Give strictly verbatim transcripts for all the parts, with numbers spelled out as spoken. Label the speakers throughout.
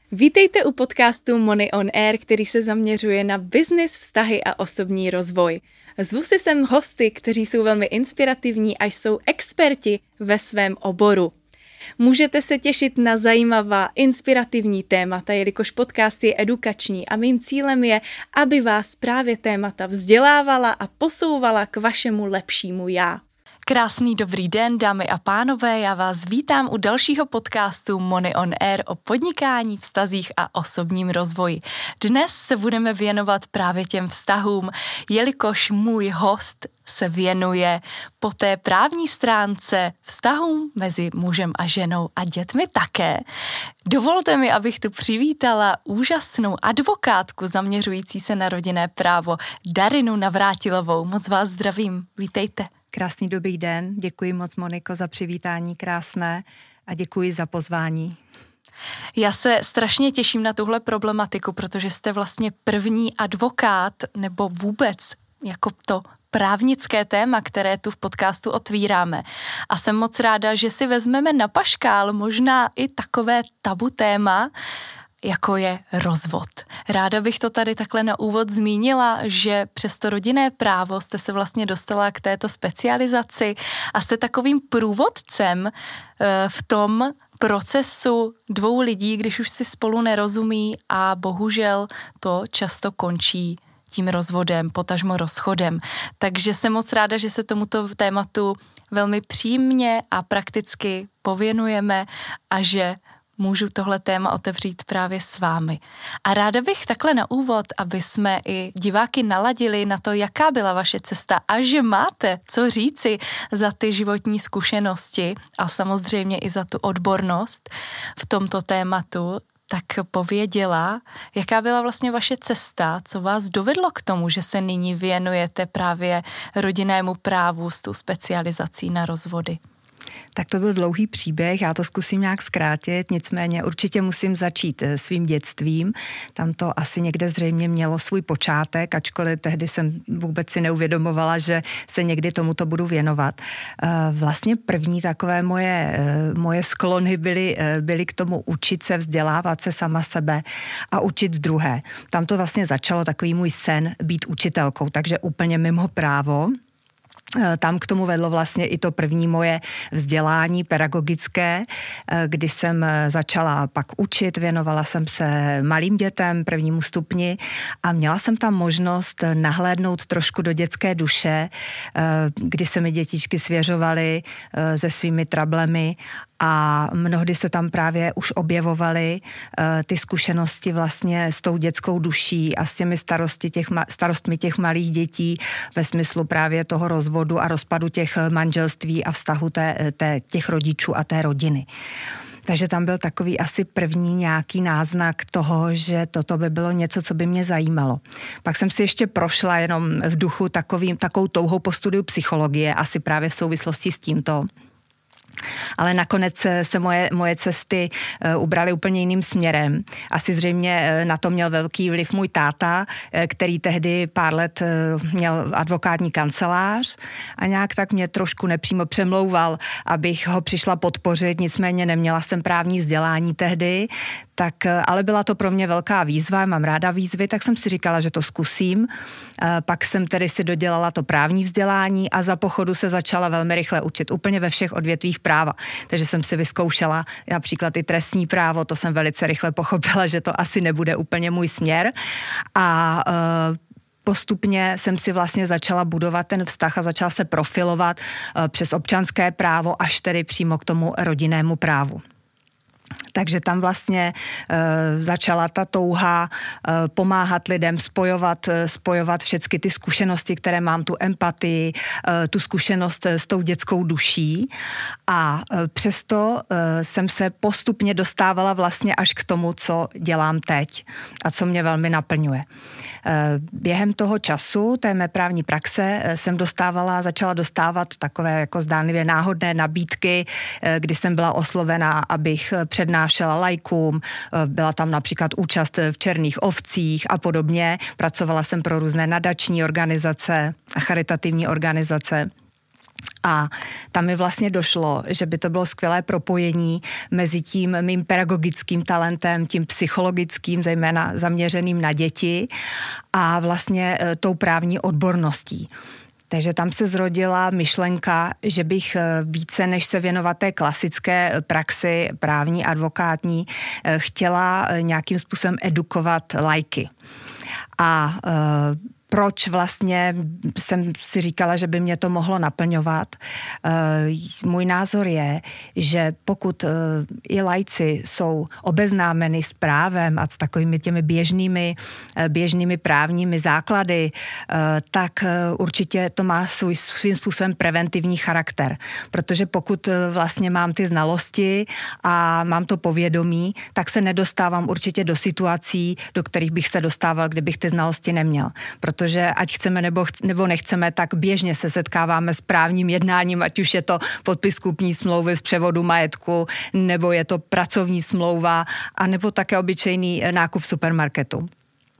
Speaker 1: Vítejte u podcastu Money on Air, který se zaměřuje na business, vztahy a osobní rozvoj. Zvu si sem hosty, kteří jsou velmi inspirativní a jsou experti ve svém oboru. Můžete se těšit na zajímavá, inspirativní témata, jelikož podcast je edukační a mým cílem je, aby vás právě témata vzdělávala a posouvala k vašemu lepšímu já.
Speaker 2: Krásný dobrý den, dámy a pánové, já vás vítám u dalšího podcastu Money on Air o podnikání, vztazích a osobním rozvoji. Dnes se budeme věnovat právě těm vztahům, jelikož můj host se věnuje po té právní stránce vztahům mezi mužem a ženou a dětmi také. Dovolte mi, abych tu přivítala úžasnou advokátku zaměřující se na rodinné právo Darinu Navrátilovou. Moc vás zdravím, vítejte.
Speaker 3: Krásný dobrý den, děkuji moc Moniko za přivítání krásné a děkuji za pozvání.
Speaker 2: Já se strašně těším na tuhle problematiku, protože jste vlastně první advokát nebo vůbec jako to právnické téma, které tu v podcastu otvíráme. A jsem moc ráda, že si vezmeme na paškál možná i takové tabu téma, jako je rozvod. Ráda bych to tady takhle na úvod zmínila, že přes to rodinné právo jste se vlastně dostala k této specializaci a jste takovým průvodcem v tom procesu dvou lidí, když už si spolu nerozumí a bohužel to často končí tím rozvodem, potažmo rozchodem. Takže jsem moc ráda, že se tomuto tématu velmi příjemně a prakticky pověnujeme a že můžu tohle téma otevřít právě s vámi. A ráda bych takhle na úvod, aby jsme i diváky naladili na to, jaká byla vaše cesta a že máte co říci za ty životní zkušenosti a samozřejmě i za tu odbornost v tomto tématu, tak pověděla, jaká byla vlastně vaše cesta, co vás dovedlo k tomu, že se nyní věnujete právě rodinnému právu s tou specializací na rozvody.
Speaker 3: Tak to byl dlouhý příběh, já to zkusím nějak zkrátit, nicméně určitě musím začít svým dětstvím. Tam to asi někde zřejmě mělo svůj počátek, ačkoliv tehdy jsem vůbec si neuvědomovala, že se někdy tomuto budu věnovat. Vlastně první takové moje, moje sklony byly, byly k tomu učit se, vzdělávat se sama sebe a učit druhé. Tam to vlastně začalo takový můj sen být učitelkou, takže úplně mimo právo. Tam k tomu vedlo vlastně i to první moje vzdělání pedagogické, kdy jsem začala pak učit, věnovala jsem se malým dětem, prvnímu stupni a měla jsem tam možnost nahlédnout trošku do dětské duše, kdy se mi dětičky svěřovaly se svými trablemi a mnohdy se tam právě už objevovaly uh, ty zkušenosti vlastně s tou dětskou duší a s těmi starosti těch, starostmi těch malých dětí ve smyslu právě toho rozvodu a rozpadu těch manželství a vztahu té, té, těch rodičů a té rodiny. Takže tam byl takový asi první nějaký náznak toho, že toto by bylo něco, co by mě zajímalo. Pak jsem si ještě prošla jenom v duchu takovým, takovou touhou po studiu psychologie, asi právě v souvislosti s tímto. Ale nakonec se moje, moje cesty uh, ubraly úplně jiným směrem. Asi zřejmě uh, na to měl velký vliv můj táta, uh, který tehdy pár let uh, měl advokátní kancelář a nějak tak mě trošku nepřímo přemlouval, abych ho přišla podpořit, nicméně neměla jsem právní vzdělání tehdy, tak, uh, ale byla to pro mě velká výzva, mám ráda výzvy, tak jsem si říkala, že to zkusím. Uh, pak jsem tedy si dodělala to právní vzdělání a za pochodu se začala velmi rychle učit, úplně ve všech odvětvích práva. Takže jsem si vyzkoušela například i trestní právo, to jsem velice rychle pochopila, že to asi nebude úplně můj směr. A uh, postupně jsem si vlastně začala budovat ten vztah a začala se profilovat uh, přes občanské právo až tedy přímo k tomu rodinnému právu. Takže tam vlastně e, začala ta touha e, pomáhat lidem, spojovat, e, spojovat všechny ty zkušenosti, které mám, tu empatii, e, tu zkušenost s tou dětskou duší a e, přesto e, jsem se postupně dostávala vlastně až k tomu, co dělám teď a co mě velmi naplňuje. E, během toho času, té mé právní praxe, e, jsem dostávala, začala dostávat takové jako zdánlivě náhodné nabídky, e, kdy jsem byla oslovena, abych přednášela laikům, byla tam například účast v Černých ovcích a podobně. Pracovala jsem pro různé nadační organizace a charitativní organizace. A tam mi vlastně došlo, že by to bylo skvělé propojení mezi tím mým pedagogickým talentem, tím psychologickým, zejména zaměřeným na děti a vlastně e, tou právní odborností. Takže tam se zrodila myšlenka, že bych více než se věnovat té klasické praxi právní, advokátní, chtěla nějakým způsobem edukovat laiky. A e, proč vlastně jsem si říkala, že by mě to mohlo naplňovat. Můj názor je, že pokud i laici jsou obeznámeni s právem a s takovými těmi běžnými, běžnými právními základy, tak určitě to má svůj, svým způsobem preventivní charakter. Protože pokud vlastně mám ty znalosti a mám to povědomí, tak se nedostávám určitě do situací, do kterých bych se dostával, kdybych ty znalosti neměl. Protože ať chceme nebo, nebo nechceme, tak běžně se setkáváme s právním jednáním, ať už je to podpis kupní smlouvy v převodu majetku, nebo je to pracovní smlouva, a nebo také obyčejný nákup v supermarketu.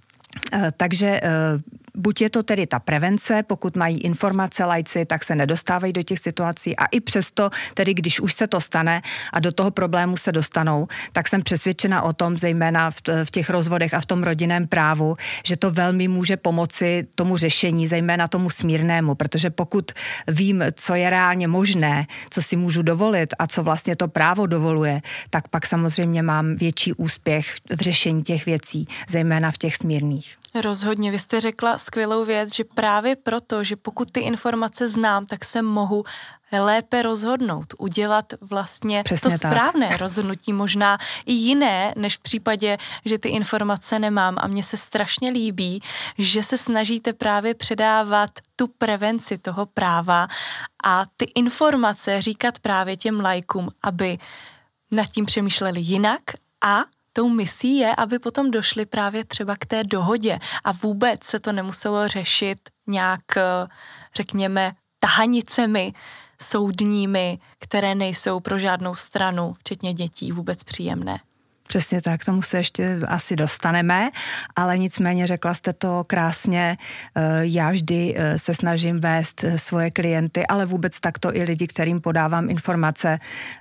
Speaker 3: Takže buď je to tedy ta prevence, pokud mají informace laici, tak se nedostávají do těch situací, a i přesto, tedy když už se to stane a do toho problému se dostanou, tak jsem přesvědčena o tom, zejména v, v těch rozvodech a v tom rodinném právu, že to velmi může pomoci tomu řešení, zejména tomu smírnému, protože pokud vím, co je reálně možné, co si můžu dovolit a co vlastně to právo dovoluje, tak pak samozřejmě mám větší úspěch v řešení těch věcí, zejména v těch smírných.
Speaker 2: Rozhodně, vy jste řekla skvělou věc, že právě proto, že pokud ty informace znám, tak se mohu lépe rozhodnout, udělat vlastně Přesně to správné tak. rozhodnutí, možná i jiné, než v případě, že ty informace nemám. A mně se strašně líbí, že se snažíte právě předávat tu prevenci toho práva a ty informace říkat právě těm laikům, aby nad tím přemýšleli jinak, a tou misí je, aby potom došli právě třeba k té dohodě a vůbec se to nemuselo řešit nějak, řekněme, tahanicemi soudními, které nejsou pro žádnou stranu, včetně dětí, vůbec příjemné.
Speaker 3: Přesně tak, tomu se ještě asi dostaneme, ale nicméně řekla jste to krásně, já vždy se snažím vést svoje klienty, ale vůbec takto i lidi, kterým podávám informace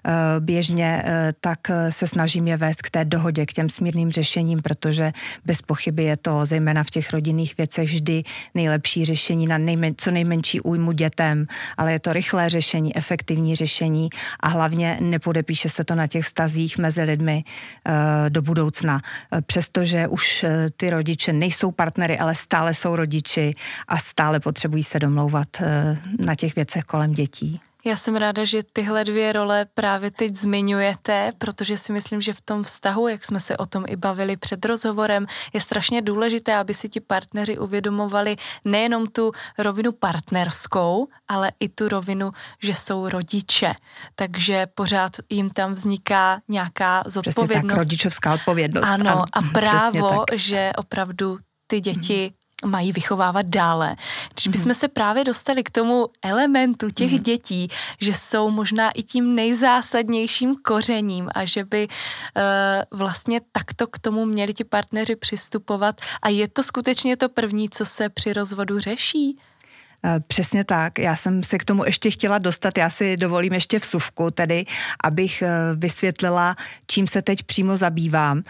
Speaker 3: běžně, tak se snažím je vést k té dohodě, k těm smírným řešením, protože bez pochyby je to zejména v těch rodinných věcech vždy nejlepší řešení na nejmen, co nejmenší újmu dětem, ale je to rychlé řešení, efektivní řešení a hlavně nepodepíše se to na těch vztazích mezi lidmi do budoucna, přestože už ty rodiče nejsou partnery, ale stále jsou rodiči a stále potřebují se domlouvat na těch věcech kolem dětí.
Speaker 2: Já jsem ráda, že tyhle dvě role právě teď zmiňujete, protože si myslím, že v tom vztahu, jak jsme se o tom i bavili před rozhovorem, je strašně důležité, aby si ti partneři uvědomovali nejenom tu rovinu partnerskou, ale i tu rovinu, že jsou rodiče. Takže pořád jim tam vzniká nějaká zodpovědnost.
Speaker 3: Přesně tak, rodičovská odpovědnost.
Speaker 2: Ano, ano, a právo, že opravdu ty děti mají vychovávat dále. Když bychom se právě dostali k tomu elementu těch mm. dětí, že jsou možná i tím nejzásadnějším kořením a že by uh, vlastně takto k tomu měli ti partneři přistupovat, a je to skutečně to první, co se při rozvodu řeší?
Speaker 3: Přesně tak. Já jsem se k tomu ještě chtěla dostat, já si dovolím ještě vsuvku, tedy abych vysvětlila, čím se teď přímo zabývám.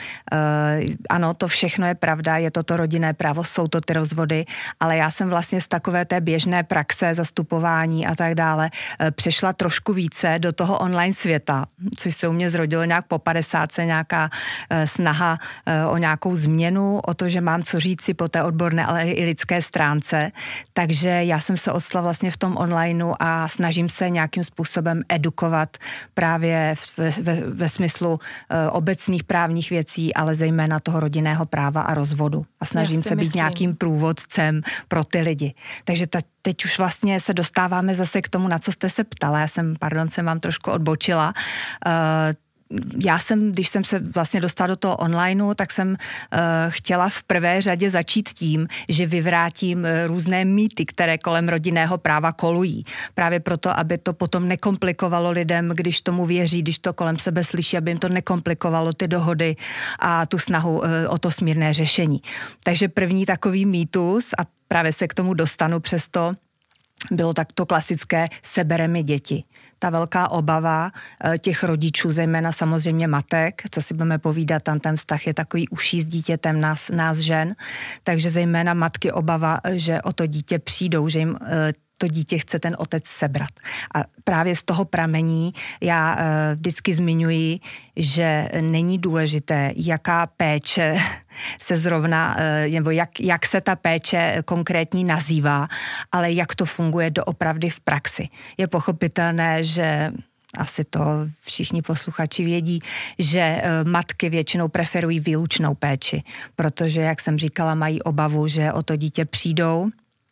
Speaker 3: Ano, to všechno je pravda, je to to rodinné právo, jsou to ty rozvody, ale já jsem vlastně z takové té běžné praxe, zastupování a tak dále přešla trošku více do toho online světa, což se u mě zrodilo nějak po padesátce, nějaká snaha o nějakou změnu, o to, že mám co říci po té odborné, ale i lidské stránce. Takže já Já jsem se odstala vlastně v tom onlineu a snažím se nějakým způsobem edukovat právě ve, ve, ve smyslu e, obecných právních věcí, ale zejména toho rodinného práva a rozvodu. A snažím se být myslím. nějakým průvodcem pro ty lidi. Takže ta, teď už vlastně se dostáváme zase k tomu, na co jste se ptala. Já jsem, pardon, jsem vám trošku odbočila. E, Já jsem, když jsem se vlastně dostala do toho onlineu, tak jsem uh, chtěla v prvé řadě začít tím, že vyvrátím uh, různé mýty, které kolem rodinného práva kolují. Právě proto, aby to potom nekomplikovalo lidem, když tomu věří, když to kolem sebe slyší, aby jim to nekomplikovalo ty dohody a tu snahu uh, o to smírné řešení. Takže první takový mýtus, a právě se k tomu dostanu přesto, bylo takto klasické sebere mi děti. Ta velká obava těch rodičů, zejména samozřejmě matek, co si budeme povídat, tam ten vztah je takový užší s dítětem nás, nás žen, takže zejména matky obava, že o to dítě přijdou, že jim to dítě chce ten otec sebrat. A právě z toho pramení já uh, vždycky zmiňuji, že není důležité, jaká péče se zrovna, uh, nebo jak, jak se ta péče konkrétní nazývá, ale jak to funguje doopravdy v praxi. Je pochopitelné, že asi to všichni posluchači vědí, že matky většinou preferují výlučnou péči, protože, jak jsem říkala, mají obavu, že o to dítě přijdou.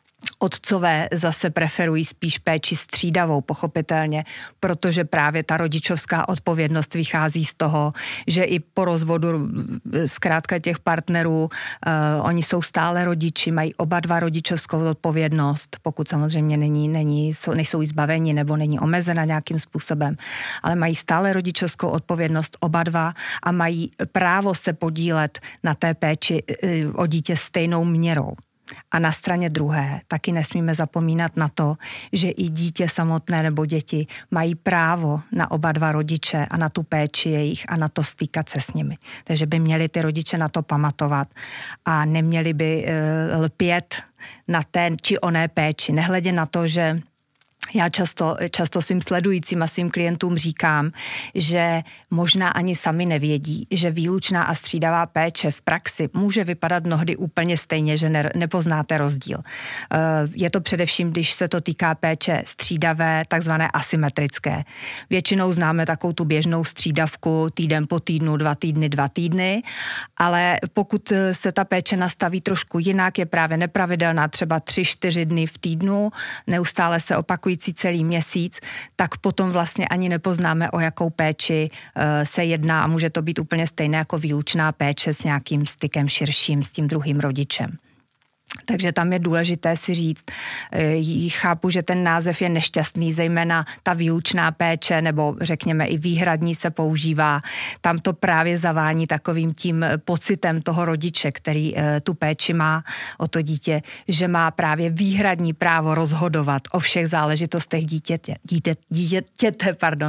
Speaker 3: Otcové zase preferují spíš péči střídavou, pochopitelně, protože právě ta rodičovská odpovědnost vychází z toho, že i po rozvodu zkrátka těch partnerů, uh, oni jsou stále rodiči, mají oba dva rodičovskou odpovědnost, pokud samozřejmě není, není, nejsou jí zbaveni nebo není omezena nějakým způsobem, ale mají stále rodičovskou odpovědnost oba dva a mají právo se podílet na té péči uh, o dítě stejnou měrou. A na straně druhé taky nesmíme zapomínat na to, že i dítě samotné nebo děti mají právo na oba dva rodiče a na tu péči jejich a na to stýkat se s nimi. Takže by měli ty rodiče na to pamatovat a neměli by uh, lpět na té či oné péči. Nehledě na to, že já často, často svým sledujícím a svým klientům říkám, že možná ani sami nevědí, že výlučná a střídavá péče v praxi může vypadat mnohdy úplně stejně, že ne, nepoznáte rozdíl. Je to především, když se to týká péče střídavé, takzvané asymetrické. Většinou známe takovou tu běžnou střídavku týden po týdnu, dva týdny, dva týdny, ale pokud se ta péče nastaví trošku jinak, je právě nepravidelná, třeba tři, čtyři dny v týdnu, neustále se opakují celý měsíc, tak potom vlastně ani nepoznáme, o jakou péči uh, se jedná a může to být úplně stejné jako výlučná péče s nějakým stykem širším s tím druhým rodičem. Takže tam je důležité si říct, chápu, že ten název je nešťastný, zejména ta výlučná péče, nebo řekněme i výhradní se používá. Tam to právě zavání takovým tím pocitem toho rodiče, který tu péči má o to dítě, že má právě výhradní právo rozhodovat o všech záležitostech dítěte, dítě, dítěte, pardon.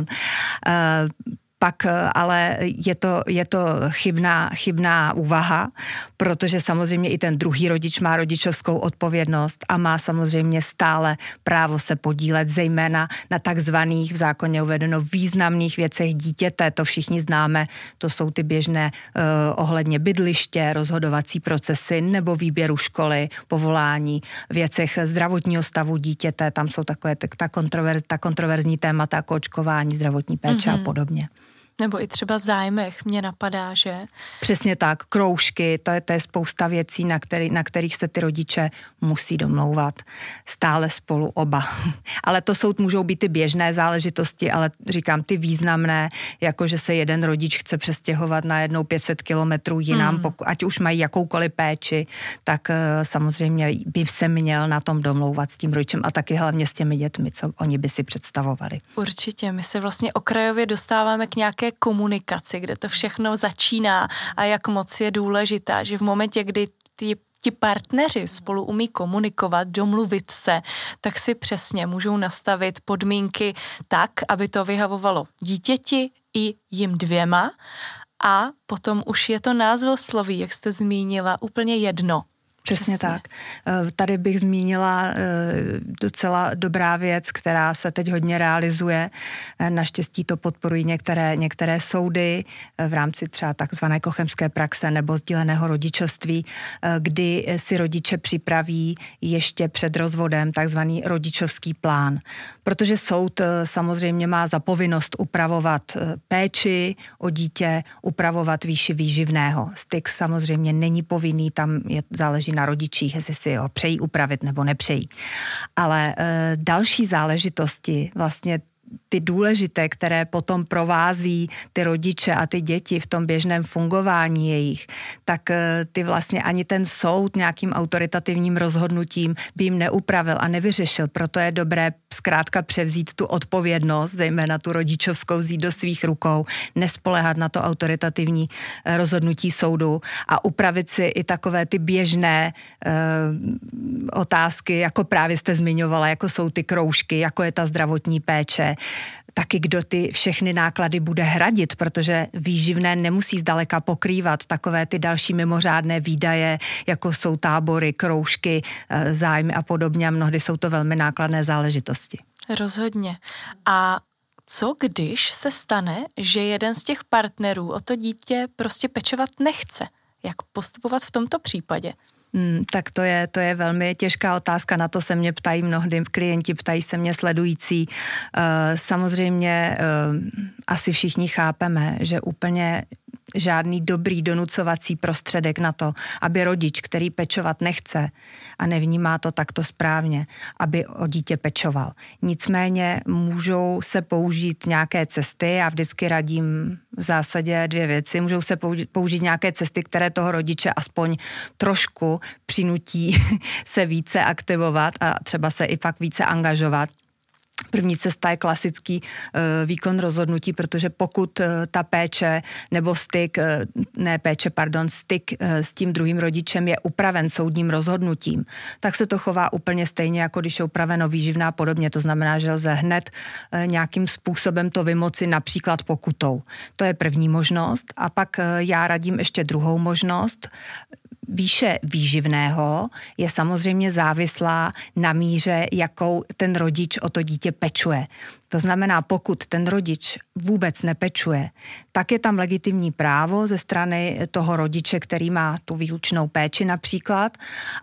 Speaker 3: Pak ale je to, je to chybná, chybná úvaha, protože samozřejmě i ten druhý rodič má rodičovskou odpovědnost a má samozřejmě stále právo se podílet, zejména na takzvaných, v zákoně uvedeno, významných věcech dítěte, to všichni známe, to jsou ty běžné uh, ohledně bydliště, rozhodovací procesy nebo výběru školy, povolání, věcech zdravotního stavu dítěte, tam jsou takové ta, kontroverz, ta kontroverzní témata jako očkování, zdravotní péče mm-hmm. a podobně.
Speaker 2: Nebo i třeba zájmech mě napadá, že?
Speaker 3: Přesně tak, kroužky, to je, to je spousta věcí, na, který, na kterých se ty rodiče musí domlouvat. Stále spolu oba. Ale to jsou, můžou být ty běžné záležitosti, ale říkám ty významné, jako že se jeden rodič chce přestěhovat na jednou pět set kilometrů jinam, mm. pokud, ať už mají jakoukoliv péči, tak uh, samozřejmě by se měl na tom domlouvat s tím rodičem a taky hlavně s těmi dětmi, co oni by si představovali.
Speaker 2: Určitě, my se vlastně okrajově dostáváme k nějaké komunikaci, kde to všechno začíná a jak moc je důležitá, že v momentě, kdy ty ti partneři spolu umí komunikovat, domluvit se, tak si přesně můžou nastavit podmínky tak, aby to vyhovovalo dítěti i jim dvěma a potom už je to názvosloví, jak jste zmínila, úplně jedno.
Speaker 3: Přesně tak. Tady bych zmínila docela dobrá věc, která se teď hodně realizuje. Naštěstí to podporují některé, některé soudy v rámci třeba takzvané kochemské praxe nebo sdíleného rodičovství, kdy si rodiče připraví ještě před rozvodem takzvaný rodičovský plán. Protože soud samozřejmě má za povinnost upravovat péči o dítě, upravovat výši výživného. Styk samozřejmě není povinný, tam je, záleží na rodičích, jestli si ho přejí upravit nebo nepřejí. Ale e, další záležitosti vlastně ty důležité, které potom provází ty rodiče a ty děti v tom běžném fungování jejich, tak ty vlastně ani ten soud nějakým autoritativním rozhodnutím by jim neupravil a nevyřešil. Proto je dobré zkrátka převzít tu odpovědnost, zejména tu rodičovskou, vzít do svých rukou, nespoléhat na to autoritativní rozhodnutí soudu a upravit si i takové ty běžné e, otázky, jako právě jste zmiňovala, jako jsou ty kroužky, jako je ta zdravotní péče, taky kdo ty všechny náklady bude hradit, protože výživné nemusí zdaleka pokrývat takové ty další mimořádné výdaje, jako jsou tábory, kroužky, zájmy a podobně a mnohdy jsou to velmi nákladné záležitosti.
Speaker 2: Rozhodně. A co když se stane, že jeden z těch partnerů o to dítě prostě pečovat nechce? Jak postupovat v tomto případě?
Speaker 3: Hmm, tak to je, to je velmi těžká otázka, na to se mě ptají mnohdy klienti, ptají se mě sledující. E, samozřejmě e, asi všichni chápeme, že úplně žádný dobrý donucovací prostředek na to, aby rodič, který pečovat nechce a nevnímá to takto správně, aby o dítě pečoval. Nicméně můžou se použít nějaké cesty, já vždycky radím v zásadě dvě věci, můžou se použít, použít nějaké cesty, které toho rodiče aspoň trošku přinutí se více aktivovat a třeba se i pak více angažovat. První cesta je klasický e, výkon rozhodnutí, protože pokud e, ta péče nebo styk, e, ne péče, pardon, styk e, s tím druhým rodičem je upraven soudním rozhodnutím, tak se to chová úplně stejně, jako když je upraveno výživná a podobně. To znamená, že lze hned e, nějakým způsobem to vymoci, například pokutou. To je první možnost. A pak e, já radím ještě druhou možnost. Výše výživného je samozřejmě závislá na míře, jakou ten rodič o to dítě pečuje. To znamená, pokud ten rodič vůbec nepečuje, tak je tam legitimní právo ze strany toho rodiče, který má tu výlučnou péči například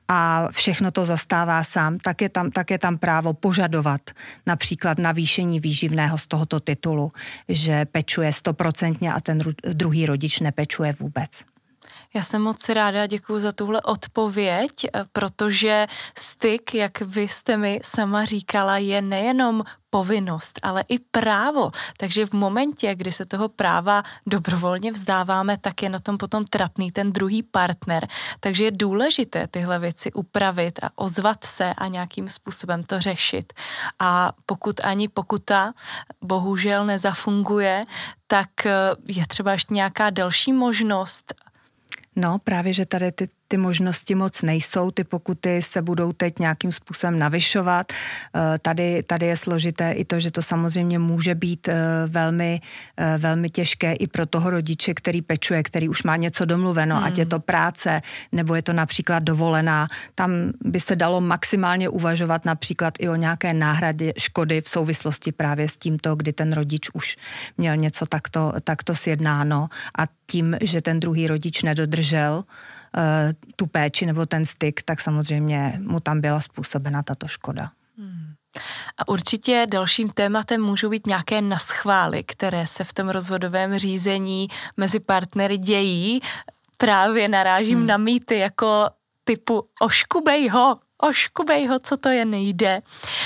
Speaker 3: a všechno to zastává sám, tak je tam, tak je tam právo požadovat například navýšení výživného z tohoto titulu, že pečuje stoprocentně a ten druhý rodič nepečuje vůbec.
Speaker 2: Já jsem moc ráda, děkuji za tuhle odpověď, protože styk, jak vy jste mi sama říkala, je nejenom povinnost, ale i právo. Takže v momentě, kdy se toho práva dobrovolně vzdáváme, tak je na tom potom tratný ten druhý partner. Takže je důležité tyhle věci upravit a ozvat se a nějakým způsobem to řešit. A pokud ani pokuta bohužel nezafunguje, tak je třeba ještě nějaká další možnost.
Speaker 3: No, právě, že tady ty, ty možnosti moc nejsou, ty pokuty se budou teď nějakým způsobem navyšovat. Tady, tady je složité i to, že to samozřejmě může být velmi, velmi těžké i pro toho rodiče, který pečuje, který už má něco domluveno, hmm. ať je to práce, nebo je to například dovolená. Tam by se dalo maximálně uvažovat například i o nějaké náhradě škody v souvislosti právě s tímto, kdy ten rodič už měl něco takto, takto sjednáno a tím, že ten druhý rodič nedodržel uh, tu péči nebo ten styk, tak samozřejmě mu tam byla způsobena tato škoda.
Speaker 2: Hmm. A určitě dalším tématem můžou být nějaké naschvály, které se v tom rozvodovém řízení mezi partnery dějí. Právě narážím hmm. na mýty jako typu oškubej ho, oškubej ho, co to je, nejde.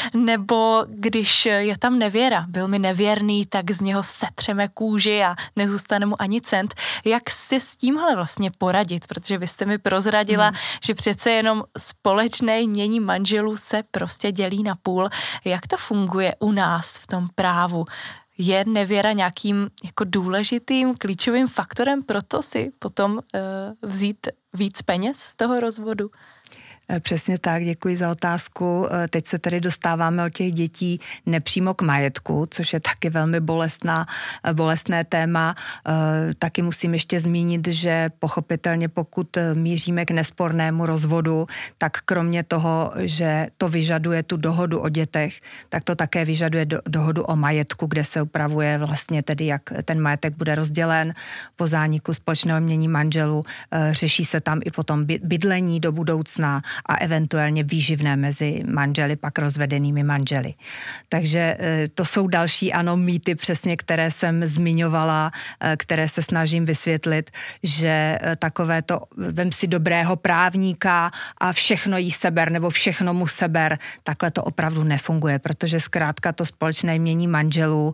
Speaker 2: Nebo když je tam nevěra, byl mi nevěrný, tak z něho setřeme kůži a nezůstane mu ani cent. Jak si s tímhle vlastně poradit? Protože vy jste mi prozradila, hmm. že přece jenom společné jmění manželů se prostě dělí na půl. Jak to funguje u nás v tom právu? Je nevěra nějakým jako důležitým, klíčovým faktorem pro to si potom uh, vzít víc peněz z toho rozvodu?
Speaker 3: Přesně tak, děkuji za otázku. Teď se tedy dostáváme od těch dětí nepřímo k majetku, což je taky velmi bolestná, bolestné téma. Taky musím ještě zmínit, že pochopitelně pokud míříme k nespornému rozvodu, tak kromě toho, že to vyžaduje tu dohodu o dětech, tak to také vyžaduje do, dohodu o majetku, kde se upravuje vlastně tedy, jak ten majetek bude rozdělen po zániku společného jmění manželů. Řeší se tam i potom bydlení do budoucna a eventuálně výživné mezi manželi, pak rozvedenými manželi. Takže to jsou další, ano, mýty přesně, které jsem zmiňovala, které se snažím vysvětlit, že takové to vem si dobrého právníka a všechno jí seber nebo všechno mu seber, takhle to opravdu nefunguje, protože zkrátka to společné jmění manželů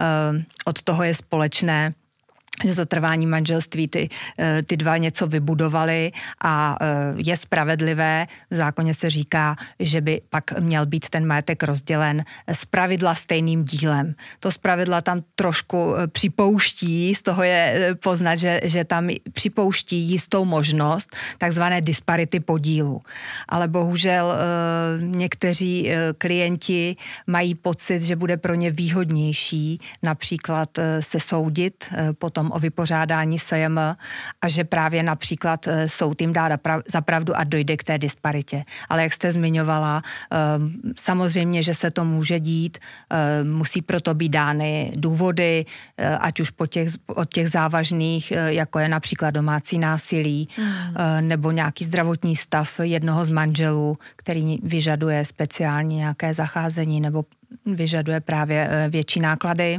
Speaker 3: od toho je společné, že za trvání manželství ty, ty dva něco vybudovali a je spravedlivé. V zákoně se říká, že by pak měl být ten majetek rozdělen zpravidla stejným dílem. To zpravidla tam trošku připouští, z toho je poznat, že, že tam připouští jistou možnost takzvané disparity podílu. Ale bohužel někteří klienti mají pocit, že bude pro ně výhodnější například se soudit potom o vypořádání S J M a že právě například soud jim dá za pravdu a dojde k té disparitě. Ale jak jste zmiňovala, samozřejmě, že se to může dít, musí proto být dány důvody, ať už po těch, od těch závažných, jako je například domácí násilí, mm. nebo nějaký zdravotní stav jednoho z manželů, který vyžaduje speciální nějaké zacházení nebo vyžaduje právě větší náklady,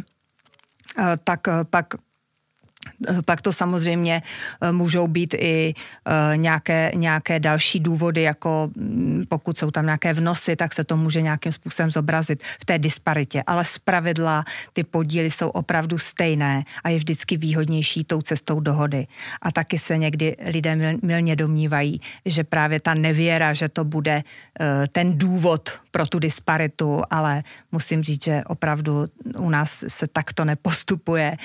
Speaker 3: tak pak Pak to samozřejmě můžou být i nějaké, nějaké další důvody, jako pokud jsou tam nějaké vnosy, tak se to může nějakým způsobem zobrazit v té disparitě. Ale zpravidla ty podíly jsou opravdu stejné a je vždycky výhodnější tou cestou dohody. A taky se někdy lidé mylně domnívají, že právě ta nevěra, že to bude ten důvod pro tu disparitu, ale musím říct, že opravdu u nás se takto nepostupuje,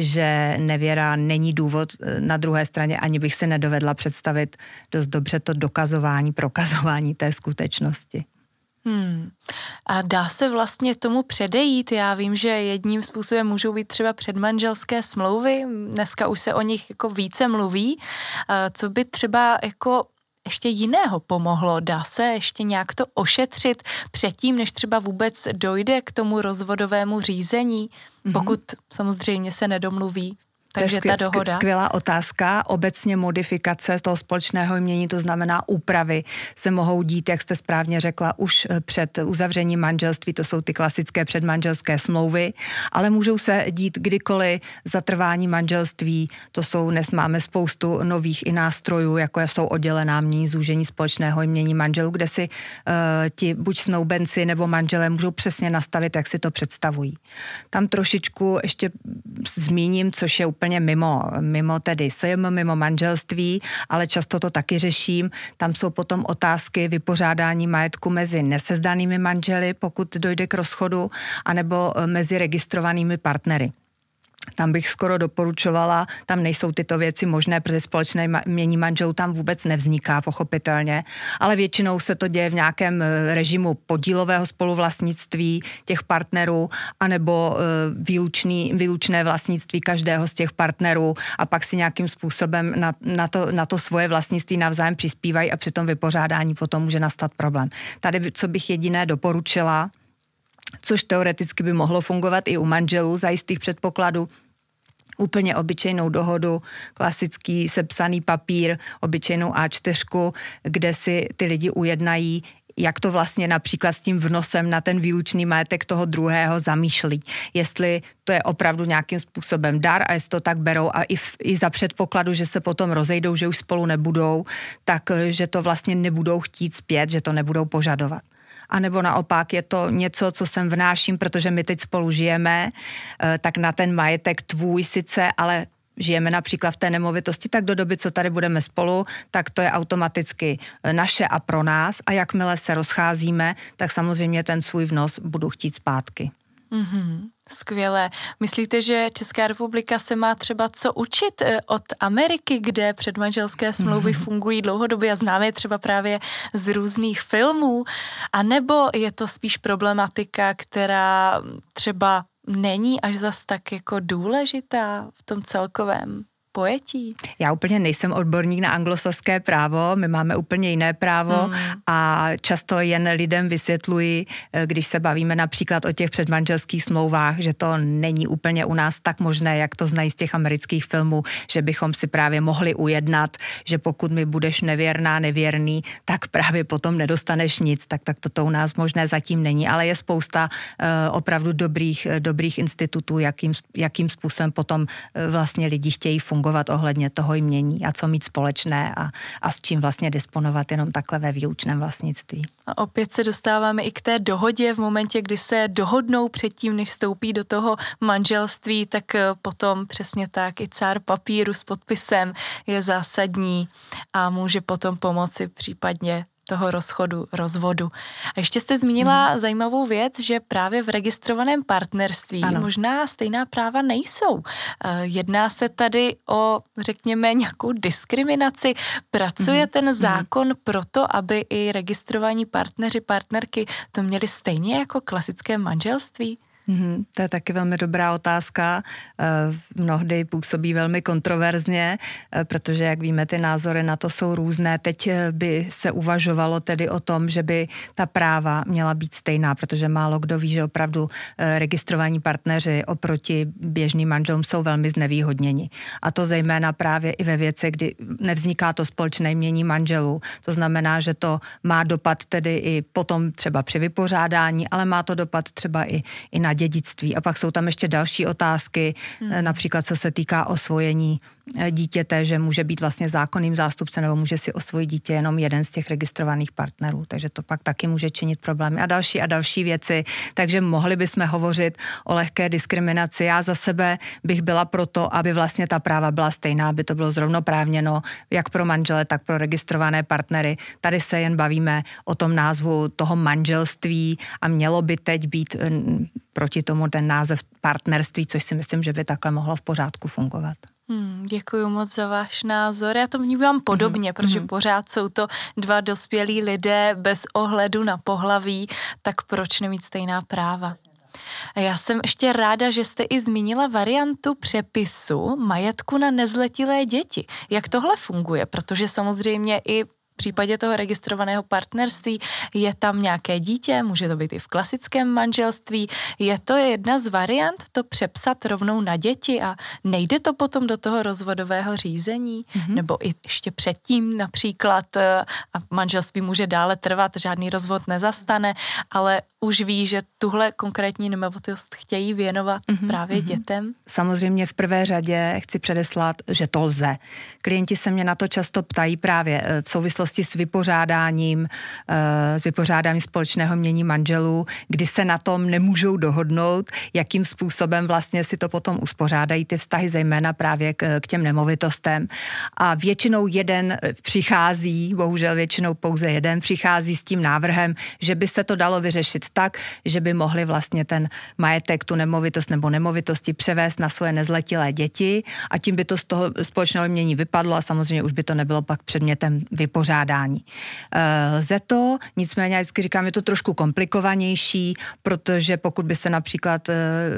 Speaker 3: že nevěra není důvod, na druhé straně ani bych si nedovedla představit dost dobře to dokazování, prokazování té skutečnosti.
Speaker 2: Hmm. A dá se vlastně tomu předejít? Já vím, že jedním způsobem můžou být třeba předmanželské smlouvy, dneska už se o nich jako více mluví. Co by třeba jako ještě jiného pomohlo? Dá se ještě nějak to ošetřit předtím, než třeba vůbec dojde k tomu rozvodovému řízení, pokud mm-hmm. samozřejmě se nedomluví? Takže ta dohoda.
Speaker 3: Skvělá otázka. Obecně modifikace toho společného jmění, to znamená úpravy, se mohou dít, jak jste správně řekla, už před uzavřením manželství, to jsou ty klasické předmanželské smlouvy, ale můžou se dít kdykoliv za trvání manželství, to jsou, dnes máme spoustu nových i nástrojů, jako jsou oddělená jmění, zúžení společného jmění manželů, kde si uh, ti buď snoubenci nebo manželé můžou přesně nastavit, jak si to představují. Tam trošičku ještě zmíním, což je úplně mimo, mimo tedy S J M, mimo manželství, ale často to taky řeším. Tam jsou potom otázky vypořádání majetku mezi nesezdanými manželi, pokud dojde k rozchodu, anebo mezi registrovanými partnery. Tam bych skoro doporučovala, tam nejsou tyto věci možné, protože společné jmění manželů tam vůbec nevzniká, pochopitelně, ale většinou se to děje v nějakém režimu podílového spoluvlastnictví těch partnerů, anebo výlučný, výlučné vlastnictví každého z těch partnerů a pak si nějakým způsobem na, na, to, na to svoje vlastnictví navzájem přispívají a při tom vypořádání potom může nastat problém. Tady, co bych jediné doporučila, což teoreticky by mohlo fungovat i u manželů za jistých předpokladů, úplně obyčejnou dohodu, klasický sepsaný papír, obyčejnou á čtyři, kde si ty lidi ujednají, jak to vlastně například s tím vnosem na ten výlučný majetek toho druhého zamýšlí. Jestli to je opravdu nějakým způsobem dar a jestli to tak berou a i, v, i za předpokladu, že se potom rozejdou, že už spolu nebudou, tak že to vlastně nebudou chtít zpět, že to nebudou požadovat. A nebo naopak je to něco, co sem vnáším, protože my teď spolu žijeme, tak na ten majetek tvůj sice, ale žijeme například v té nemovitosti, tak do doby, co tady budeme spolu, tak to je automaticky naše a pro nás a jakmile se rozcházíme, tak samozřejmě ten svůj vnos budu chtít zpátky.
Speaker 2: Mm-hmm. Skvělé. Myslíte, že Česká republika se má třeba co učit od Ameriky, kde předmanželské smlouvy mm. fungují dlouhodobě a známe je třeba právě z různých filmů? A nebo je to spíš problematika, která třeba není až zas tak jako důležitá v tom celkovém pojetí?
Speaker 3: Já úplně nejsem odborník na anglosaské právo, my máme úplně jiné právo hmm. a často jen lidem vysvětluji, když se bavíme například o těch předmanželských smlouvách, že to není úplně u nás tak možné, jak to znají z těch amerických filmů, že bychom si právě mohli ujednat, že pokud mi budeš nevěrná, nevěrný, tak právě potom nedostaneš nic, tak, tak toto u nás možné zatím není, ale je spousta uh, opravdu dobrých, dobrých institutů, jakým, jakým způsobem potom uh, vlastně lidi chtějí fungovat ohledně toho jmění a co mít společné a, a s čím vlastně disponovat jenom takhle ve výlučném vlastnictví.
Speaker 2: A opět se dostáváme i k té dohodě v momentě, kdy se dohodnou předtím, než vstoupí do toho manželství, tak potom přesně tak i cár papíru s podpisem je zásadní a může potom pomoci případně toho rozchodu, rozvodu. A ještě jste zmínila hmm. zajímavou věc, že právě v registrovaném partnerství ano. možná stejná práva nejsou. Jedná se tady o, řekněme, nějakou diskriminaci. Pracuje hmm. ten zákon hmm. proto, aby i registrovaní partneři, partnerky to měli stejně jako klasické manželství?
Speaker 3: Mm, to je taky velmi dobrá otázka. E, mnohdy působí velmi kontroverzně, e, protože, jak víme, ty názory na to jsou různé. Teď by se uvažovalo tedy o tom, že by ta práva měla být stejná, protože málo kdo ví, že opravdu e, registrovaní partneři oproti běžným manželům jsou velmi znevýhodněni. A to zejména právě i ve věci, kdy nevzniká to společné jmění manželů. To znamená, že to má dopad tedy i potom třeba při vypořádání, ale má to dopad třeba i, i na dědictví. A pak jsou tam ještě další otázky, hmm. například co se týká osvojení dítěte, že může být vlastně zákonným zástupcem nebo může si osvojit dítě jenom jeden z těch registrovaných partnerů, takže to pak taky může činit problémy a další a další věci. Takže mohli bychom hovořit o lehké diskriminaci. Já za sebe bych byla proto, aby vlastně ta práva byla stejná, aby to bylo zrovnoprávněno jak pro manžele, tak pro registrované partnery. Tady se jen bavíme o tom názvu toho manželství a mělo by teď být proti tomu ten název partnerství, což si myslím, že by takhle mohlo v pořádku fungovat.
Speaker 2: Hmm, děkuji moc za váš názor. Já to vnímám podobně, mm, protože mm. pořád jsou to dva dospělí lidé bez ohledu na pohlaví, tak proč nemít stejná práva? Já jsem ještě ráda, že jste i zmínila variantu přepisu majetku na nezletilé děti. Jak tohle funguje? Protože samozřejmě i v případě toho registrovaného partnerství je tam nějaké dítě, může to být i v klasickém manželství. Je to jedna z variant to přepsat rovnou na děti a nejde to potom do toho rozvodového řízení? Mm-hmm. Nebo i ještě předtím například a manželství může dále trvat, žádný rozvod nezastane, ale už ví, že tuhle konkrétní nemovitost chtějí věnovat mm-hmm, právě mm-hmm. dětem?
Speaker 3: Samozřejmě v prvé řadě chci předeslat, že to lze. Klienti se mě na to často ptají právě v souvislosti s vypořádáním, s vypořádáním společného jmění manželů, kdy se na tom nemůžou dohodnout, jakým způsobem vlastně si to potom uspořádají ty vztahy, zejména právě k, k těm nemovitostem. A většinou jeden přichází, bohužel většinou pouze jeden přichází s tím návrhem, že by se to dalo vyřešit tak, že by mohli vlastně ten majetek, tu nemovitost nebo nemovitosti převést na svoje nezletilé děti a tím by to z toho společného jmění vypadlo a samozřejmě už by to nebylo pak předmětem vypořádání. Lze to, nicméně já vždycky říkám, je to trošku komplikovanější, protože pokud by se například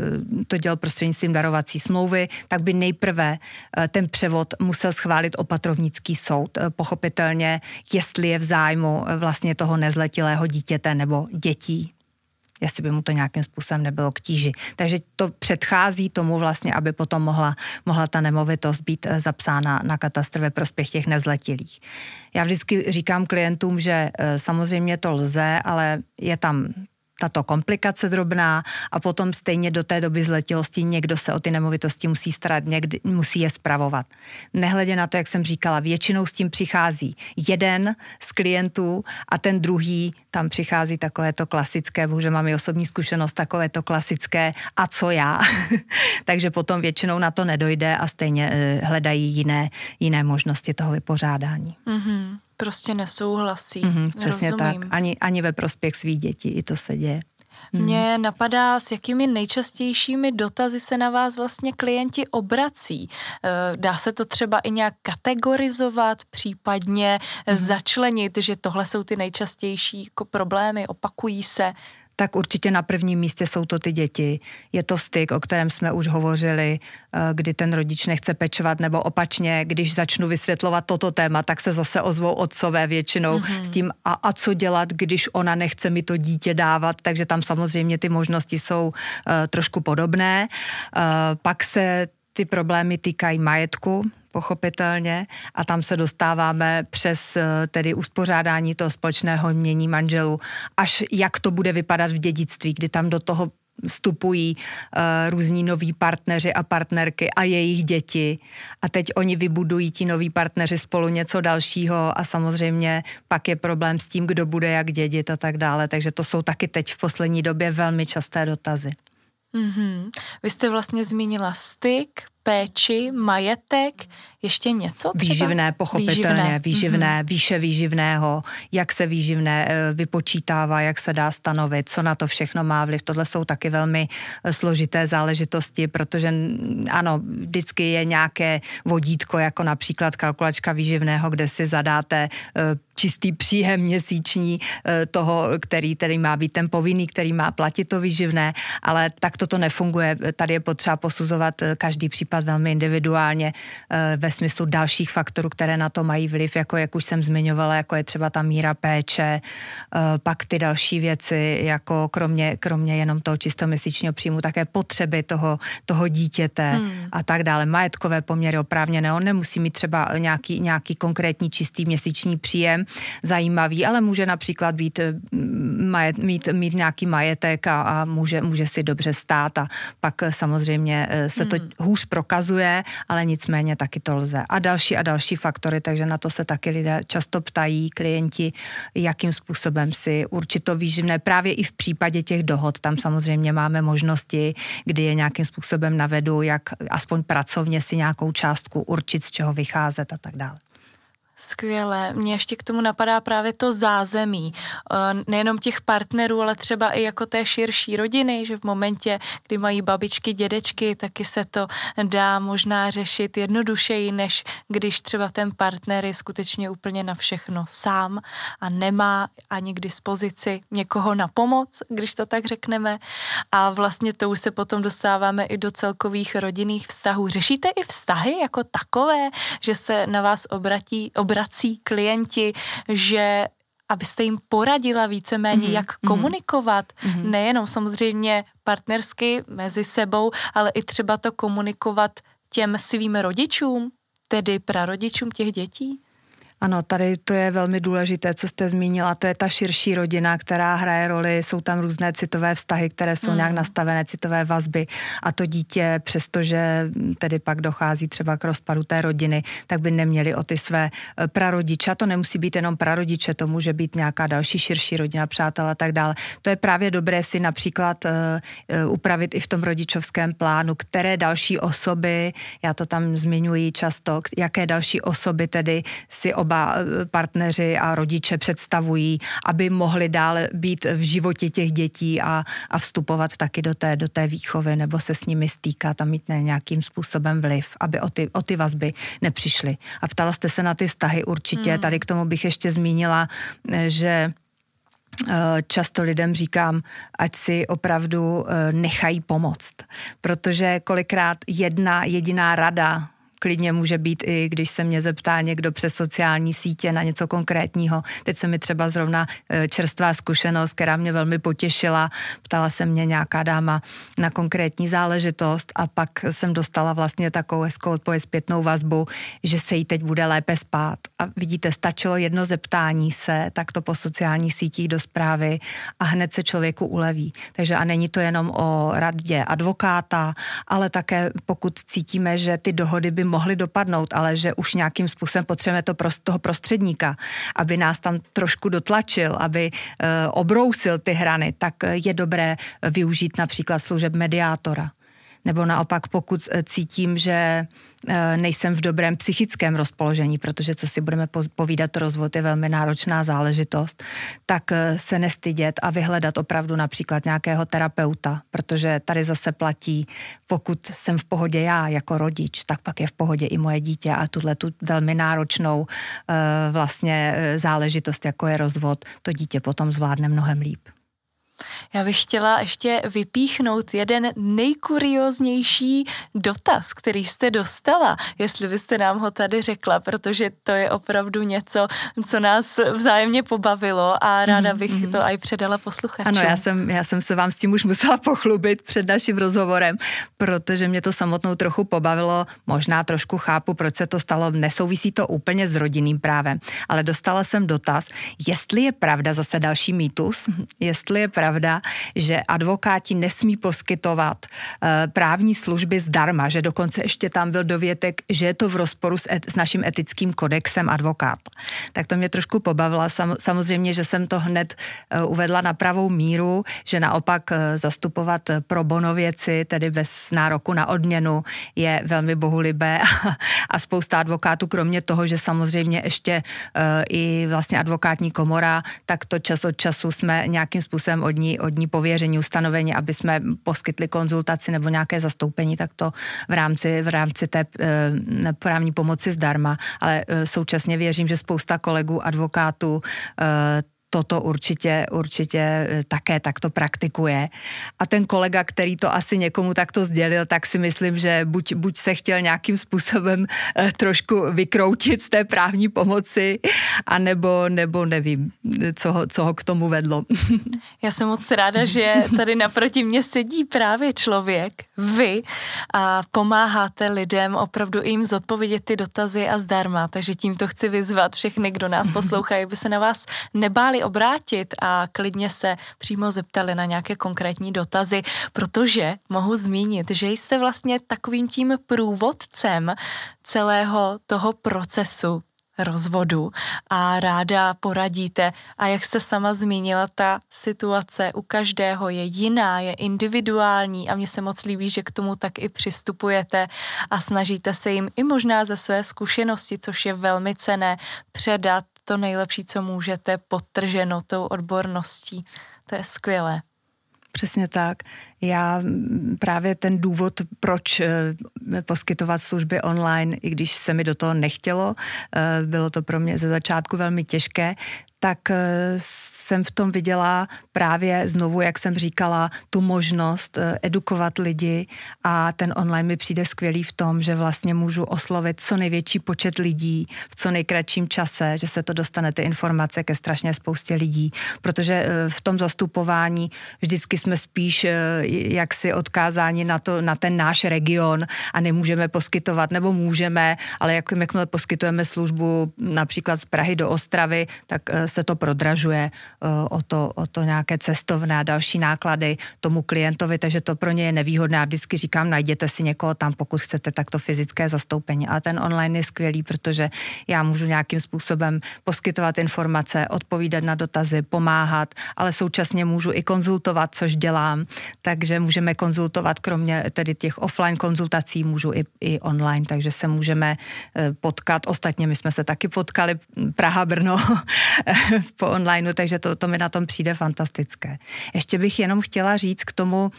Speaker 3: to dělal prostřednictvím darovací smlouvy, tak by nejprve ten převod musel schválit opatrovnický soud. Pochopitelně, jestli je v zájmu vlastně toho nezletilého dítěte nebo dětí, jestli by mu to nějakým způsobem nebylo k tíži. Takže to předchází tomu vlastně, aby potom mohla, mohla ta nemovitost být zapsána na katastr ve prospěch těch nezletilých. Já vždycky říkám klientům, že samozřejmě to lze, ale je tam tato komplikace drobná a potom stejně do té doby zletilosti někdo se o ty nemovitosti musí starat, někdy musí je spravovat. Nehledě na to, jak jsem říkala, většinou s tím přichází jeden z klientů a ten druhý, tam přichází takovéto klasické, bohužel mám i osobní zkušenost, takovéto klasické a co já. Takže potom většinou na to nedojde a stejně hledají jiné, jiné možnosti toho vypořádání.
Speaker 2: Mm-hmm. Prostě nesouhlasí.
Speaker 3: Mm-hmm, přesně Rozumím. tak. Ani, ani ve prospěch svých dětí i to se děje. Mm.
Speaker 2: Mně napadá, s jakými nejčastějšími dotazy se na vás vlastně klienti obrací. Dá se to třeba i nějak kategorizovat, případně mm. začlenit, že tohle jsou ty nejčastější jako problémy, opakují se?
Speaker 3: tak určitě na prvním místě jsou to ty děti. Je to styk, o kterém jsme už hovořili, kdy ten rodič nechce pečovat, nebo opačně, když začnu vysvětlovat toto téma, tak se zase ozvou otcové většinou mm-hmm. s tím, a, a co dělat, když ona nechce mi to dítě dávat, takže tam samozřejmě ty možnosti jsou uh, trošku podobné. Uh, pak se ty problémy týkají majetku, pochopitelně, a tam se dostáváme přes tedy uspořádání toho společného jmění manželů, až jak to bude vypadat v dědictví, kdy tam do toho vstupují uh, různí noví partneři a partnerky a jejich děti. A teď oni vybudují ti noví partneři spolu něco dalšího a samozřejmě pak je problém s tím, kdo bude jak dědit a tak dále. Takže to jsou taky teď v poslední době velmi časté dotazy.
Speaker 2: Mm-hmm. Vy jste vlastně zmínila styk, péči, majetek, ještě něco třeba?
Speaker 3: Výživné, pochopitelně, výživné, výživné mm-hmm. výše výživného, jak se výživné vypočítává, jak se dá stanovit, co na to všechno má vliv. Tohle jsou taky velmi složité záležitosti, protože ano, vždycky je nějaké vodítko, jako například kalkulačka výživného, kde si zadáte čistý příjem měsíční toho, který tedy má být ten povinný, který má platit to výživné, ale tak toto nefunguje. Tady je potřeba posuzovat každý případ velmi individuálně ve smyslu dalších faktorů, které na to mají vliv, jako jak už jsem zmiňovala, jako je třeba ta míra péče, pak ty další věci, jako kromě, kromě jenom toho čistoměsíčního příjmu, také potřeby toho, toho dítěte hmm. a tak dále. Majetkové poměry oprávněné, on nemusí mít třeba nějaký, nějaký konkrétní čistý měsíční příjem, zajímavý, ale může například být, majet, mít, mít nějaký majetek a, a může, může si dobře stát a pak samozřejmě se to hmm. hůř prokazuje, ale nicméně taky to lze. A další a další faktory, takže na to se taky lidé často ptají, klienti, jakým způsobem si určit to výživné. Právě i v případě těch dohod, tam samozřejmě máme možnosti, kdy je nějakým způsobem navedu, jak aspoň pracovně si nějakou částku určit, z čeho vycházet a tak dále.
Speaker 2: Skvěle. Mně ještě k tomu napadá právě to zázemí. Nejenom těch partnerů, ale třeba i jako té širší rodiny, že v momentě, kdy mají babičky, dědečky, taky se to dá možná řešit jednodušeji, než když třeba ten partner je skutečně úplně na všechno sám a nemá ani k dispozici někoho na pomoc, když to tak řekneme. A vlastně to už se potom dostáváme i do celkových rodinných vztahů. Řešíte i vztahy jako takové, že se na vás obratí obrací klienti, že abyste jim poradila víceméně, mm-hmm. jak komunikovat, mm-hmm. nejenom samozřejmě partnersky mezi sebou, ale i třeba to komunikovat těm svým rodičům, tedy prarodičům těch dětí?
Speaker 3: Ano, tady to je velmi důležité, co jste zmínila, to je ta širší rodina, která hraje roli, jsou tam různé citové vztahy, které jsou mm. nějak nastavené, citové vazby a to dítě, přestože tedy pak dochází třeba k rozpadu té rodiny, tak by neměli o ty své prarodiče, a to nemusí být jenom prarodiče, to může být nějaká další širší rodina, přátel a tak dále. To je právě dobré si například uh, uh, upravit i v tom rodičovském plánu, které další osoby, já to tam zmiňuji často, jaké další osoby tedy si oba partneři a rodiče představují, aby mohli dále být v životě těch dětí a, a vstupovat taky do té, do té výchovy nebo se s nimi stýkat a mít ne, nějakým způsobem vliv, aby o ty, o ty vazby nepřišly. A ptala jste se na ty vztahy určitě. Hmm. Tady k tomu bych ještě zmínila, že často lidem říkám, ať si opravdu nechají pomoct, protože kolikrát jedna jediná rada klidně může být i, když se mě zeptá někdo přes sociální sítě na něco konkrétního. Teď se mi třeba zrovna čerstvá zkušenost, která mě velmi potěšila. Ptala se mě nějaká dáma na konkrétní záležitost a pak jsem dostala vlastně takovou hezkou odpověď, zpětnou vazbu, že se jí teď bude lépe spát. A vidíte, stačilo jedno zeptání se, tak to po sociálních sítích do zprávy a hned se člověku uleví. Takže a není to jenom o radě advokáta, ale také pokud cítíme, že ty dohody by mohli dopadnout, ale že už nějakým způsobem potřebujeme to prost, toho prostředníka, aby nás tam trošku dotlačil, aby e, obrousil ty hrany, tak je dobré využít například služeb mediátora. Nebo naopak, pokud cítím, že nejsem v dobrém psychickém rozpoložení, protože co si budeme povídat, rozvod je velmi náročná záležitost, tak se nestydět a vyhledat opravdu například nějakého terapeuta, protože tady zase platí, pokud jsem v pohodě já jako rodič, tak pak je v pohodě i moje dítě a tuhle tu velmi náročnou vlastně záležitost, jako je rozvod, to dítě potom zvládne mnohem líp.
Speaker 2: Já bych chtěla ještě vypíchnout jeden nejkurióznější dotaz, který jste dostala, jestli byste nám ho tady řekla, protože to je opravdu něco, co nás vzájemně pobavilo a ráda bych mm-hmm. to aj předala posluchačům.
Speaker 3: Ano, já jsem, já jsem se vám s tím už musela pochlubit před naším rozhovorem, protože mě to samotnou trochu pobavilo, možná trošku chápu, proč se to stalo, nesouvisí to úplně s rodinným právem, ale dostala jsem dotaz, jestli je pravda, zase další mýtus, jestli je pravda, že advokáti nesmí poskytovat uh, právní služby zdarma, že dokonce ještě tam byl dovětek, že je to v rozporu s, et, s naším etickým kodexem advokáta. Tak to mě trošku pobavila. Sam, samozřejmě, že jsem to hned uh, uvedla na pravou míru, že naopak uh, zastupovat pro bono věci, tedy bez nároku na odměnu, je velmi bohulibé a, a spousta advokátů, kromě toho, že samozřejmě ještě uh, i vlastně advokátní komora, tak to čas od času jsme nějakým způsobem od ní, od ní pověření, ustanovení, aby jsme poskytli konzultaci nebo nějaké zastoupení, tak to v rámci, v rámci té e, právní pomoci zdarma, ale e, současně věřím, že spousta kolegů, advokátů e, toto určitě, určitě také takto praktikuje. A ten kolega, který to asi někomu takto sdělil, tak si myslím, že buď, buď se chtěl nějakým způsobem eh, trošku vykroutit z té právní pomoci, anebo nebo nevím, co ho, co ho k tomu vedlo.
Speaker 2: Já jsem moc ráda, že tady naproti mě sedí právě člověk, vy, a pomáháte lidem opravdu jim zodpovědět ty dotazy a zdarma. Takže tímto chci vyzvat všechny, kdo nás poslouchají, aby se na vás nebáli obrátit a klidně se přímo zeptali na nějaké konkrétní dotazy, protože mohu zmínit, že jste vlastně takovým tím průvodcem celého toho procesu rozvodu a ráda poradíte. A jak jste sama zmínila, ta situace u každého je jiná, je individuální a mně se moc líbí, že k tomu tak i přistupujete a snažíte se jim i možná ze své zkušenosti, což je velmi cenné, předat to nejlepší, co můžete, podtrženo tou odborností. To je skvělé.
Speaker 3: Přesně tak. Já právě ten důvod, proč poskytovat služby online, i když se mi do toho nechtělo, bylo to pro mě ze začátku velmi těžké, tak jsem v tom viděla právě znovu, jak jsem říkala, tu možnost edukovat lidi a ten online mi přijde skvělý v tom, že vlastně můžu oslovit co největší počet lidí v co nejkratším čase, že se to dostane ty informace ke strašně spoustě lidí, protože v tom zastupování vždycky jsme spíš jaksi odkázáni na, to, na ten náš region a nemůžeme poskytovat, nebo můžeme, ale jak, jakmile poskytujeme službu například z Prahy do Ostravy, tak se to prodražuje o to, o to nějaké cestovné a další náklady tomu klientovi, takže to pro ně je nevýhodné. Já vždycky říkám, najděte si někoho tam, pokud chcete takto fyzické zastoupení. Ale ten online je skvělý, protože já můžu nějakým způsobem poskytovat informace, odpovídat na dotazy, pomáhat, ale současně můžu i konzultovat, což dělám, takže můžeme konzultovat, kromě tedy těch offline konzultací, můžu i, i online, takže se můžeme potkat. Ostatně my jsme se taky potkali Praha, Brno po onlineu, takže to, to mi na tom přijde fantastické. Ještě bych jenom chtěla říct k tomu,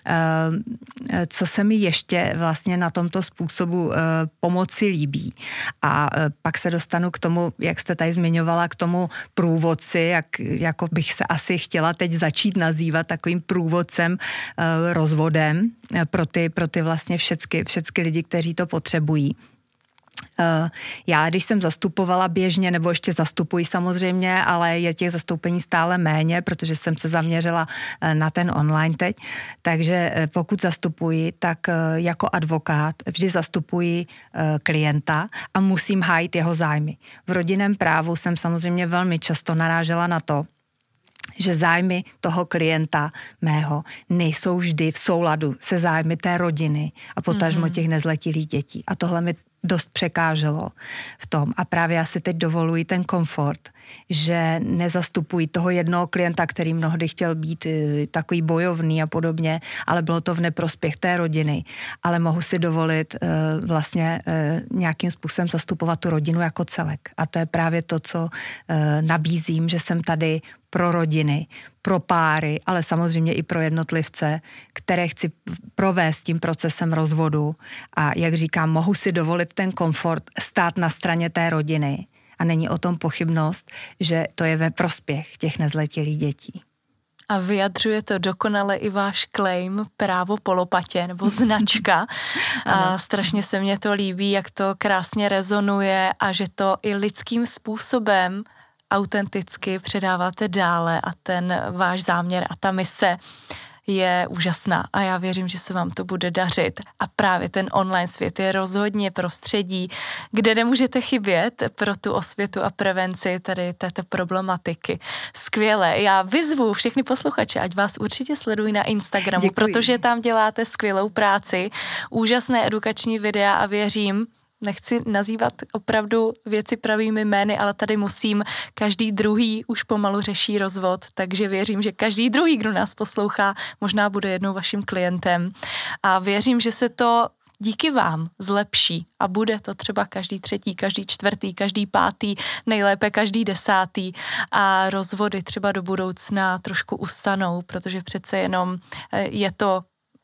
Speaker 3: co se mi ještě vlastně na tomto způsobu pomoci líbí. A pak se dostanu k tomu, jak jste tady zmiňovala, k tomu průvodci, jak, jako bych se asi chtěla teď začít nazývat takovým průvodcem rozvodem pro ty, pro ty vlastně všecky, všecky lidi, kteří to potřebují. Já, když jsem zastupovala běžně, nebo ještě zastupuji samozřejmě, ale je těch zastoupení stále méně, protože jsem se zaměřila na ten online teď, takže pokud zastupuji, tak jako advokát vždy zastupuji klienta a musím hájit jeho zájmy. V rodinném právu jsem samozřejmě velmi často narážela na to, že zájmy toho klienta mého nejsou vždy v souladu se zájmy té rodiny a potažmo těch nezletilých dětí. A tohle mi dost překáželo v tom. A právě já si teď dovoluji ten komfort, že nezastupuji toho jednoho klienta, který mnohdy chtěl být takový bojovný a podobně, ale bylo to v neprospěch té rodiny. Ale mohu si dovolit uh, vlastně uh, nějakým způsobem zastupovat tu rodinu jako celek. A to je právě to, co uh, nabízím, že jsem tady pro rodiny, pro páry, ale samozřejmě i pro jednotlivce, které chci provést tím procesem rozvodu. A jak říkám, mohu si dovolit ten komfort stát na straně té rodiny. A není o tom pochybnost, že to je ve prospěch těch nezletilých dětí.
Speaker 2: A vyjadřuje to dokonale i váš claim právo po lopatě nebo značka. A strašně se mně to líbí, jak to krásně rezonuje a že to i lidským způsobem autenticky předáváte dále a ten váš záměr a ta mise je úžasná a já věřím, že se vám to bude dařit. A právě ten online svět je rozhodně prostředí, kde nemůžete chybět pro tu osvětu a prevenci tady této problematiky. Skvěle. Já vyzvu všechny posluchače, ať vás určitě sledují na Instagramu, Děkuji. Protože tam děláte skvělou práci, úžasné edukační videa a věřím, nechci nazývat opravdu věci pravými jmény, ale tady musím, každý druhý už pomalu řeší rozvod, takže věřím, že každý druhý, kdo nás poslouchá, možná bude jednou vaším klientem. A věřím, že se to díky vám zlepší a bude to třeba každý třetí, každý čtvrtý, každý pátý, nejlépe každý desátý a rozvody třeba do budoucna trošku ustanou, protože přece jenom je to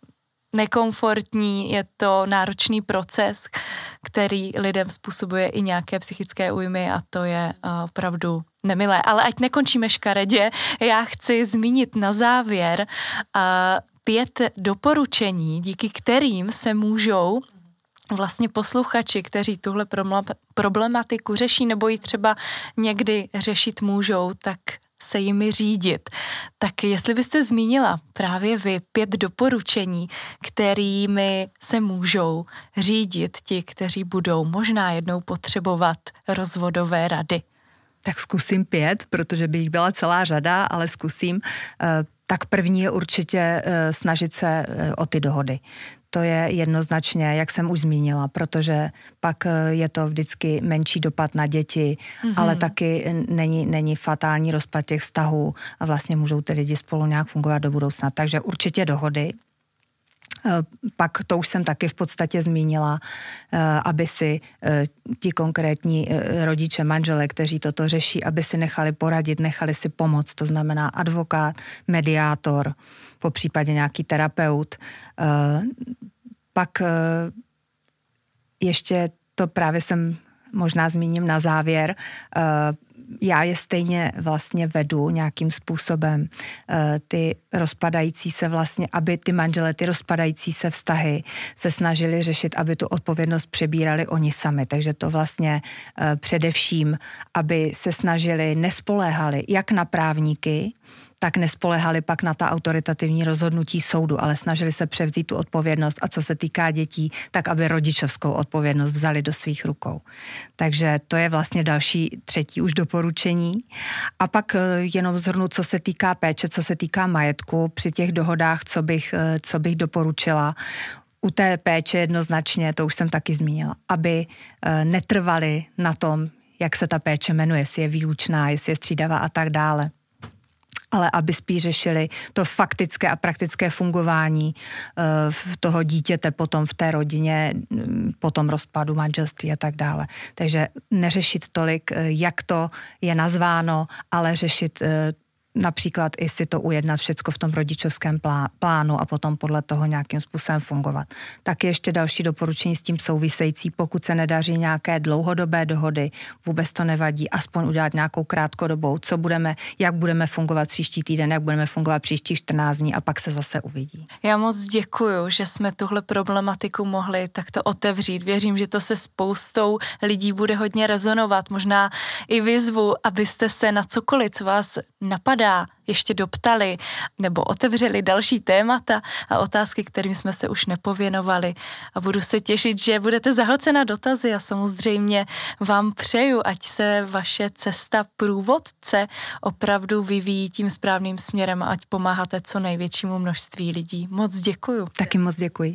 Speaker 2: nekomfortní, je to náročný proces, který lidem způsobuje i nějaké psychické újmy a to je uh, opravdu nemilé. Ale ať nekončíme škaredě, já chci zmínit na závěr uh, pět doporučení, díky kterým se můžou vlastně posluchači, kteří tuhle problematiku řeší nebo ji třeba někdy řešit můžou, tak se jimi řídit. Tak jestli byste zmínila právě vy pět doporučení, kterými se můžou řídit ti, kteří budou možná jednou potřebovat rozvodové rady.
Speaker 3: Tak zkusím pět, protože by jich byla celá řada, ale zkusím. Tak první je určitě snažit se o ty dohody. To je jednoznačně, jak jsem už zmínila, protože pak je to vždycky menší dopad na děti, mm-hmm. ale taky není, není fatální rozpad těch vztahů a vlastně můžou ty lidi spolu nějak fungovat do budoucna. Takže určitě dohody. Pak to už jsem taky v podstatě zmínila, aby si ti konkrétní rodiče, manželé, kteří toto řeší, aby si nechali poradit, nechali si pomoct, to znamená advokát, mediátor, po případě nějaký terapeut. Pak ještě to právě jsem možná zmíním na závěr, já je stejně vlastně vedu nějakým způsobem ty rozpadající se vlastně, aby ty manželé, ty rozpadající se vztahy se snažili řešit, aby tu odpovědnost přebírali oni sami. Takže to vlastně především, aby se snažili, nespoléhali jak na právníky, tak nespoléhali pak na ta autoritativní rozhodnutí soudu, ale snažili se převzít tu odpovědnost a co se týká dětí, tak aby rodičovskou odpovědnost vzali do svých rukou. Takže to je vlastně další, třetí už doporučení. A pak jenom zhrnu, co se týká péče, co se týká majetku, při těch dohodách, co bych, co bych doporučila. U té péče jednoznačně, to už jsem taky zmínila, aby netrvali na tom, jak se ta péče jmenuje, jestli je výlučná, jestli je střídavá a tak dále, ale aby spíš řešili to faktické a praktické fungování uh, toho dítěte potom v té rodině, po tom rozpadu manželství a tak dále. Takže neřešit tolik, jak to je nazváno, ale řešit uh, například i si to ujednat všecko v tom rodičovském plánu a potom podle toho nějakým způsobem fungovat. Tak ještě další doporučení s tím související, pokud se nedaří nějaké dlouhodobé dohody, vůbec to nevadí, aspoň udělat nějakou krátkodobou, co budeme, jak budeme fungovat příští týden, jak budeme fungovat příští čtrnáct dní a pak se zase uvidí.
Speaker 2: Já moc děkuju, že jsme tuhle problematiku mohli takto otevřít. Věřím, že to se spoustou lidí bude hodně rezonovat. Možná i vyzvu, abyste se na cokoliv, co vás napadá, ještě doptali nebo otevřeli další témata a otázky, kterým jsme se už nepověnovali. A budu se těšit, že budete zahlcena dotazy a samozřejmě vám přeju, ať se vaše cesta průvodce opravdu vyvíjí tím správným směrem a ať pomáháte co největšímu množství lidí. Moc děkuju.
Speaker 3: Taky moc děkuji.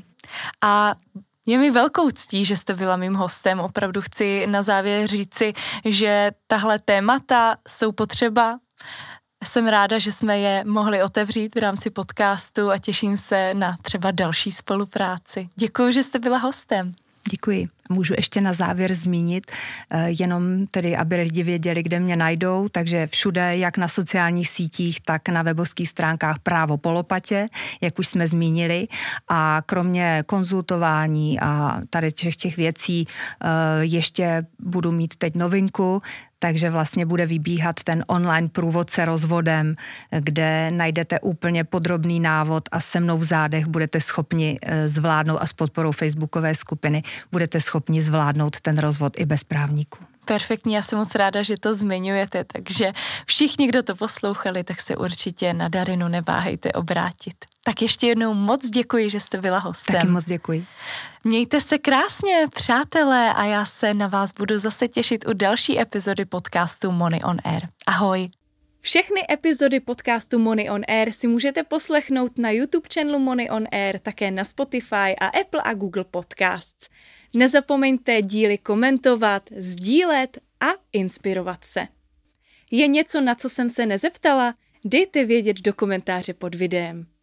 Speaker 2: A je mi velkou ctí, že jste byla mým hostem. Opravdu chci na závěr říci, že tahle témata jsou potřeba. Jsem ráda, že jsme je mohli otevřít v rámci podcastu a těším se na třeba další spolupráci. Děkuji, že jste byla hostem.
Speaker 3: Děkuji. Můžu ještě na závěr zmínit, jenom tedy, aby lidi věděli, kde mě najdou, takže všude, jak na sociálních sítích, tak na webovských stránkách Právo po lopatě, jak už jsme zmínili. A kromě konzultování a tady těch, těch věcí ještě budu mít teď novinku, takže vlastně bude vybíhat ten online průvodce rozvodem, kde najdete úplně podrobný návod a se mnou v zádech budete schopni zvládnout a s podporou facebookové skupiny budete schopni zvládnout ten rozvod i bez právníků.
Speaker 2: Perfektní, já jsem moc ráda, že to zmiňujete, takže všichni, kdo to poslouchali, tak se určitě na Darinu neváhejte obrátit. Tak ještě jednou moc děkuji, že jste byla hostem.
Speaker 3: Taky moc děkuji.
Speaker 2: Mějte se krásně, přátelé, a já se na vás budu zase těšit u další epizody podcastu Money on Air. Ahoj.
Speaker 1: Všechny epizody podcastu Money on Air si můžete poslechnout na YouTube channelu Money on Air, také na Spotify a Apple a Google Podcasts. Nezapomeňte díly komentovat, sdílet a inspirovat se. Je něco, na co jsem se nezeptala? Dejte vědět do komentáře pod videem.